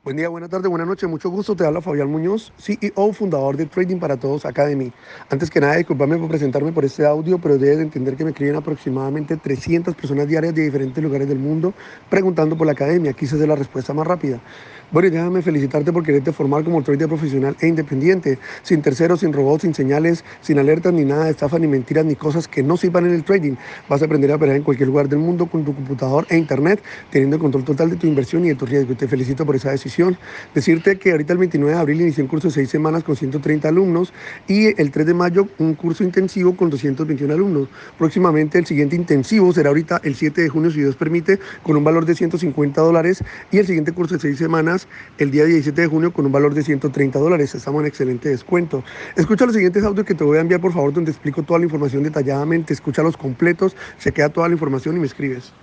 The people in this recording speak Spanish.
Buen día, buena tarde, buena noche, mucho gusto. Te habla Fabián Muñoz, CEO, fundador de Trading para Todos Academy. Antes que nada, discúlpame por presentarme por este audio, pero debes de entender que me escriben aproximadamente 300 personas diarias de diferentes lugares del mundo preguntando por la academia. Quise hacer la respuesta más rápida. Bueno, y déjame felicitarte por quererte formar como trader profesional e independiente, sin terceros, sin robots, sin señales, sin alertas, ni nada de estafas, ni mentiras, ni cosas que no sirvan en el trading. Vas a aprender a operar en cualquier lugar del mundo con tu computador e internet, teniendo el control total de tu inversión y de tu riesgo. Te felicito por esa decisión. Decirte que ahorita el 29 de abril inicié un curso de 6 semanas con 130 alumnos y el 3 de mayo un curso intensivo con 221 alumnos. Próximamente el siguiente intensivo será ahorita el 7 de junio, si Dios permite, con un valor de $150 y el siguiente curso de 6 semanas el día 17 de junio con un valor de $130. Estamos en excelente descuento. Escucha los siguientes audios que te voy a enviar, por favor, donde explico toda la información detalladamente. Escucha los completos, se queda toda la información y me escribes.